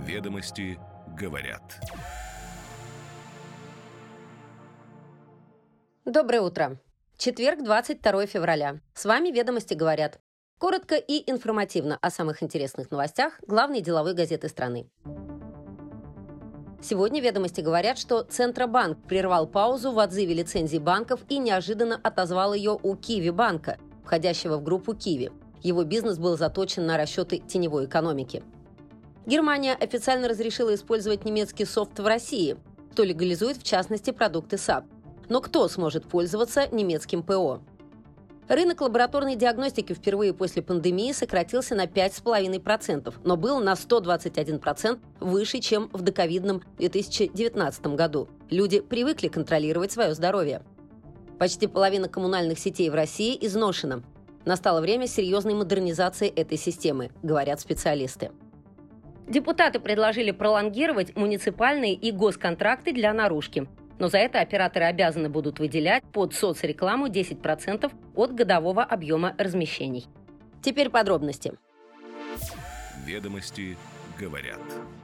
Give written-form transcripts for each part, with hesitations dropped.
Ведомости говорят. Доброе утро. Четверг, 22 февраля. С вами «Ведомости говорят». Коротко и информативно о самых интересных новостях главной деловой газеты страны. Сегодня «Ведомости говорят», что Центробанк прервал паузу в отзыве лицензий банков и неожиданно отозвал ее у Киви-банка, входящего в группу Киви. Его бизнес был заточен на расчеты теневой экономики. Германия официально разрешила использовать немецкий софт в России, что легализует, в частности, продукты САП. Но кто сможет пользоваться немецким ПО? Рынок лабораторной диагностики впервые после пандемии сократился на 5,5%, но был на 121% выше, чем в доковидном 2019 году. Люди привыкли контролировать свое здоровье. Почти половина коммунальных сетей в России изношена. Настало время серьезной модернизации этой системы, говорят специалисты. Депутаты предложили пролонгировать муниципальные и госконтракты для наружки. Но за это операторы обязаны будут выделять под соцрекламу 10% от годового объема размещений. Теперь подробности. Ведомости говорят.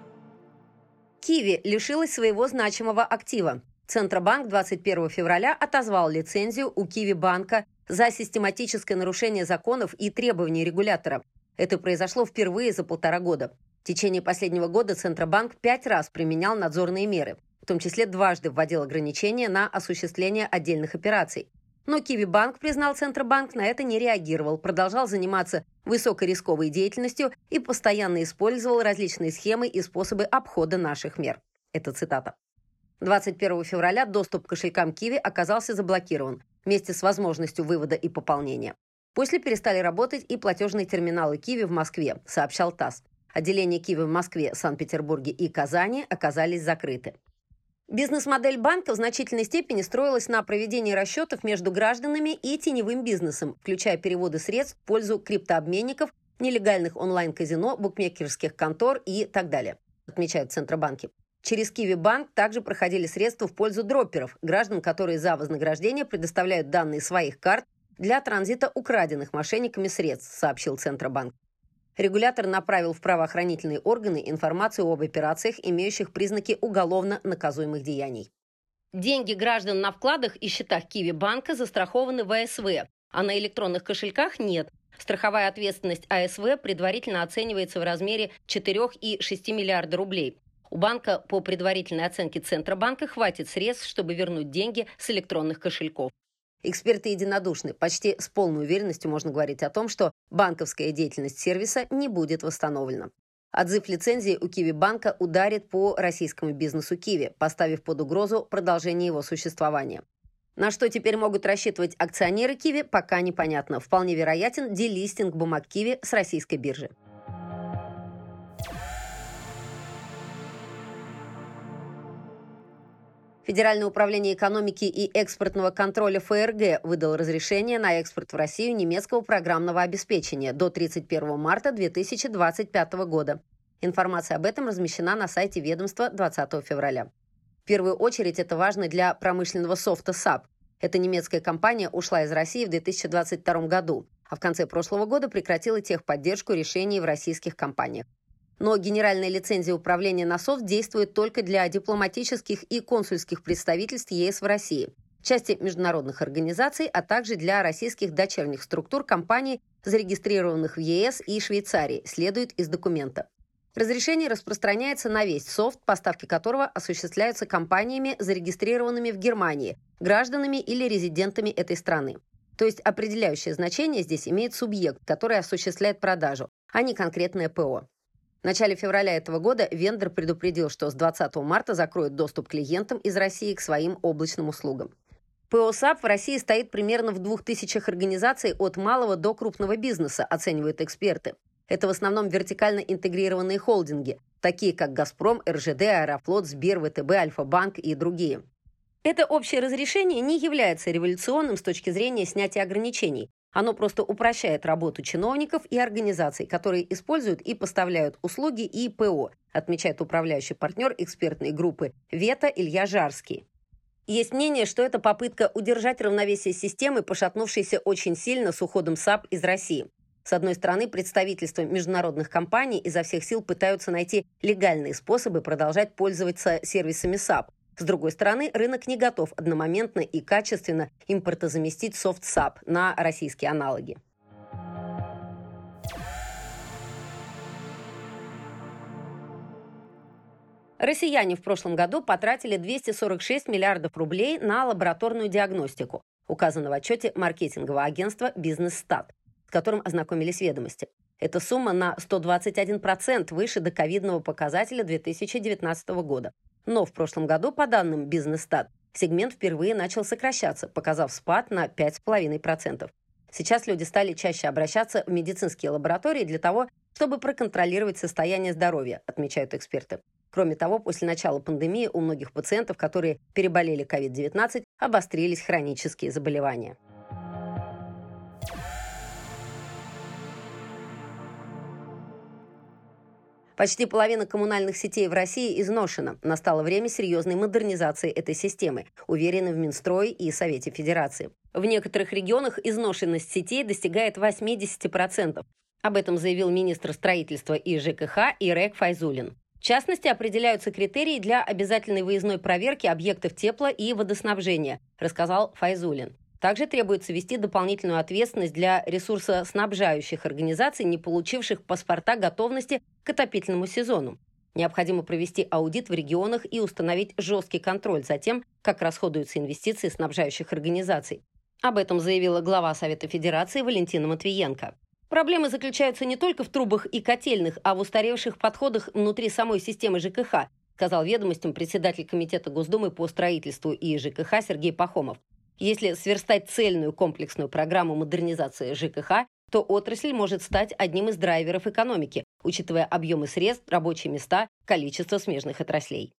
Киви лишилась своего значимого актива. Центробанк 21 февраля отозвал лицензию у Киви-банка за систематическое нарушение законов и требований регулятора. Это произошло впервые за 1,5 года. В течение последнего года Центробанк 5 раз применял надзорные меры. В том числе дважды вводил ограничения на осуществление отдельных операций. Но Киви-банк, признал Центробанк, на это не реагировал, продолжал заниматься высокорисковой деятельностью и постоянно использовал различные схемы и способы обхода наших мер. Это цитата. 21 февраля доступ к кошелькам Киви оказался заблокирован вместе с возможностью вывода и пополнения. После перестали работать и платежные терминалы Киви в Москве, сообщал ТАСС. Отделения Киви в Москве, Санкт-Петербурге и Казани оказались закрыты. Бизнес-модель банка в значительной степени строилась на проведении расчетов между гражданами и теневым бизнесом, включая переводы средств в пользу криптообменников, нелегальных онлайн-казино, букмекерских контор и так далее, отмечают в Центробанке. Через Киви-банк также проходили средства в пользу дропперов, граждан, которые за вознаграждение предоставляют данные своих карт для транзита украденных мошенниками средств, сообщил Центробанк. Регулятор направил в правоохранительные органы информацию об операциях, имеющих признаки уголовно наказуемых деяний. Деньги граждан на вкладах и счетах Киви-банка застрахованы в АСВ, а на электронных кошельках нет. Страховая ответственность АСВ предварительно оценивается в размере 4,6 миллиарда рублей. У банка, по предварительной оценке Центробанка, хватит средств, чтобы вернуть деньги с электронных кошельков. Эксперты единодушны. Почти с полной уверенностью можно говорить о том, что банковская деятельность сервиса не будет восстановлена. Отзыв лицензии у Киви-банка ударит по российскому бизнесу Киви, поставив под угрозу продолжение его существования. На что теперь могут рассчитывать акционеры Киви, пока непонятно. Вполне вероятен делистинг бумаг Киви с российской биржи. Федеральное управление экономики и экспортного контроля ФРГ выдал разрешение на экспорт в Россию немецкого программного обеспечения до 31 марта 2025 года. Информация об этом размещена на сайте ведомства 20 февраля. В первую очередь это важно для промышленного софта САП. Эта немецкая компания ушла из России в 2022 году, а в конце прошлого года прекратила техподдержку решений в российских компаниях. Но генеральная лицензия управления на софт действует только для дипломатических и консульских представительств ЕС в России, части международных организаций, а также для российских дочерних структур компаний, зарегистрированных в ЕС и Швейцарии, следует из документа. Разрешение распространяется на весь софт, поставки которого осуществляются компаниями, зарегистрированными в Германии, гражданами или резидентами этой страны. То есть определяющее значение здесь имеет субъект, который осуществляет продажу, а не конкретное ПО. В начале февраля этого года вендор предупредил, что с 20 марта закроет доступ клиентам из России к своим облачным услугам. ПО САП в России стоит примерно в 2000 организаций от малого до крупного бизнеса, оценивают эксперты. Это в основном вертикально интегрированные холдинги, такие как «Газпром», РЖД, «Аэрофлот», Сбер, ВТБ, Альфа-банк и другие. Это общее разрешение не является революционным с точки зрения снятия ограничений. Оно просто упрощает работу чиновников и организаций, которые используют и поставляют услуги и ПО, отмечает управляющий партнер экспертной группы «Вета» Илья Жарский. Есть мнение, что это попытка удержать равновесие системы, пошатнувшейся очень сильно с уходом САП из России. С одной стороны, представительства международных компаний изо всех сил пытаются найти легальные способы продолжать пользоваться сервисами SAP. С другой стороны, рынок не готов одномоментно и качественно импортозаместить софт SAP на российские аналоги. Россияне в прошлом году потратили 246 миллиардов рублей на лабораторную диагностику, указано в отчете маркетингового агентства «Бизнес-стат», с которым ознакомились ведомости. Эта сумма на 121% выше доковидного показателя 2019 года. Но в прошлом году, по данным «Бизнес-стат», сегмент впервые начал сокращаться, показав спад на 5,5%. Сейчас люди стали чаще обращаться в медицинские лаборатории для того, чтобы проконтролировать состояние здоровья, отмечают эксперты. Кроме того, после начала пандемии у многих пациентов, которые переболели COVID-19, обострились хронические заболевания. Почти половина коммунальных сетей в России изношена. Настало время серьезной модернизации этой системы, уверены в Минстрое и Совете Федерации. В некоторых регионах изношенность сетей достигает 80%. Об этом заявил министр строительства и ЖКХ Ирек Файзуллин. В частности, определяются критерии для обязательной выездной проверки объектов тепло- и водоснабжения, рассказал Файзуллин. Также требуется ввести дополнительную ответственность для ресурсоснабжающих организаций, не получивших паспорта готовности к отопительному сезону. Необходимо провести аудит в регионах и установить жесткий контроль за тем, как расходуются инвестиции снабжающих организаций. Об этом заявила глава Совета Федерации Валентина Матвиенко. Проблемы заключаются не только в трубах и котельных, а в устаревших подходах внутри самой системы ЖКХ, сказал ведомостям председатель Комитета Госдумы по строительству и ЖКХ Сергей Пахомов. Если сверстать цельную комплексную программу модернизации ЖКХ, то отрасль может стать одним из драйверов экономики, учитывая объемы средств, рабочие места, количество смежных отраслей.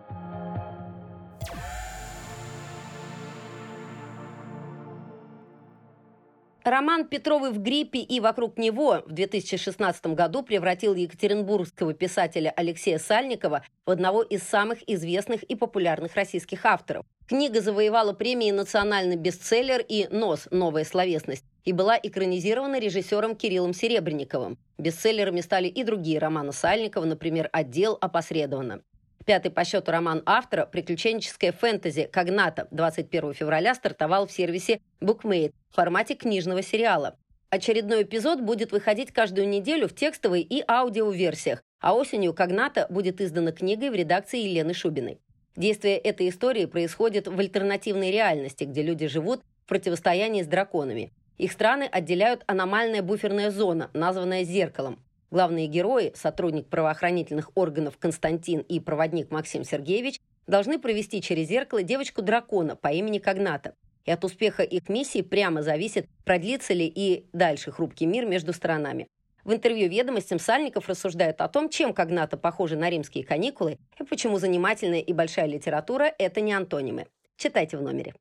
Роман Петровый в гриппе и вокруг него в 2016 году превратил екатеринбургского писателя Алексея Сальникова в одного из самых известных и популярных российских авторов. Книга завоевала премии «Национальный бестселлер» и «НОС. Новая словесность» и была экранизирована режиссером Кириллом Серебренниковым. Бестселлерами стали и другие романы Сальникова, например, «Отдел», «Опосредованно». Пятый по счету роман автора, приключенческое фэнтези «Когната», 21 февраля стартовал в сервисе BookMate в формате книжного сериала. Очередной эпизод будет выходить каждую неделю в текстовой и аудиоверсиях, а осенью «Когната» будет издана книгой в редакции Елены Шубиной. Действие этой истории происходит в альтернативной реальности, где люди живут в противостоянии с драконами. Их страны отделяют аномальная буферная зона, названная «Зеркалом». Главные герои, сотрудник правоохранительных органов Константин и проводник Максим Сергеевич, должны провести через зеркало девочку-дракона по имени Когната. И от успеха их миссии прямо зависит, продлится ли и дальше хрупкий мир между сторонами. В интервью «Ведомостям» Сальников рассуждает о том, чем Когната похожа на римские каникулы и почему занимательная и большая литература – это не антонимы. Читайте в номере.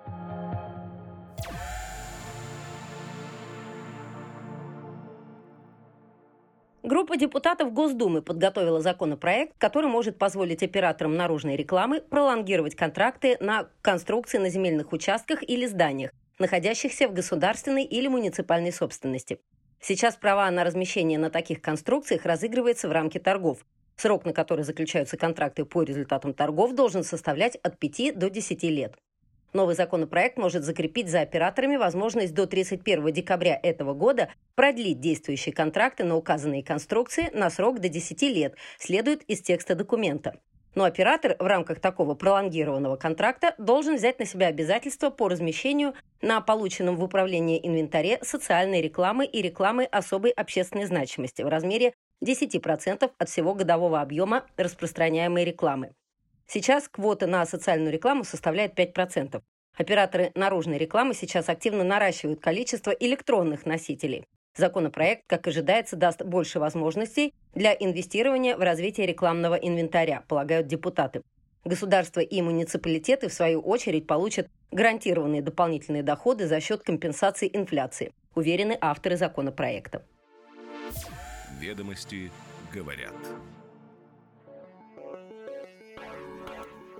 Группа депутатов Госдумы подготовила законопроект, который может позволить операторам наружной рекламы пролонгировать контракты на конструкции на земельных участках или зданиях, находящихся в государственной или муниципальной собственности. Сейчас права на размещение на таких конструкциях разыгрывается в рамке торгов. Срок, на который заключаются контракты по результатам торгов, должен составлять от 5 до 10 лет. Новый законопроект может закрепить за операторами возможность до 31 декабря этого года продлить действующие контракты на указанные конструкции на срок до 10 лет, следует из текста документа. Но оператор в рамках такого пролонгированного контракта должен взять на себя обязательства по размещению на полученном в управление инвентаре социальной рекламы и рекламы особой общественной значимости в размере 10% от всего годового объема распространяемой рекламы. Сейчас квота на социальную рекламу составляет 5%. Операторы наружной рекламы сейчас активно наращивают количество электронных носителей. Законопроект, как ожидается, даст больше возможностей для инвестирования в развитие рекламного инвентаря, полагают депутаты. Государство и муниципалитеты, в свою очередь, получат гарантированные дополнительные доходы за счет компенсации инфляции, уверены авторы законопроекта. Ведомости говорят.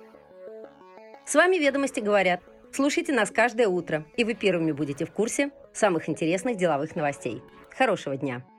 С вами «Ведомости говорят». Слушайте нас каждое утро, и вы первыми будете в курсе самых интересных деловых новостей. Хорошего дня!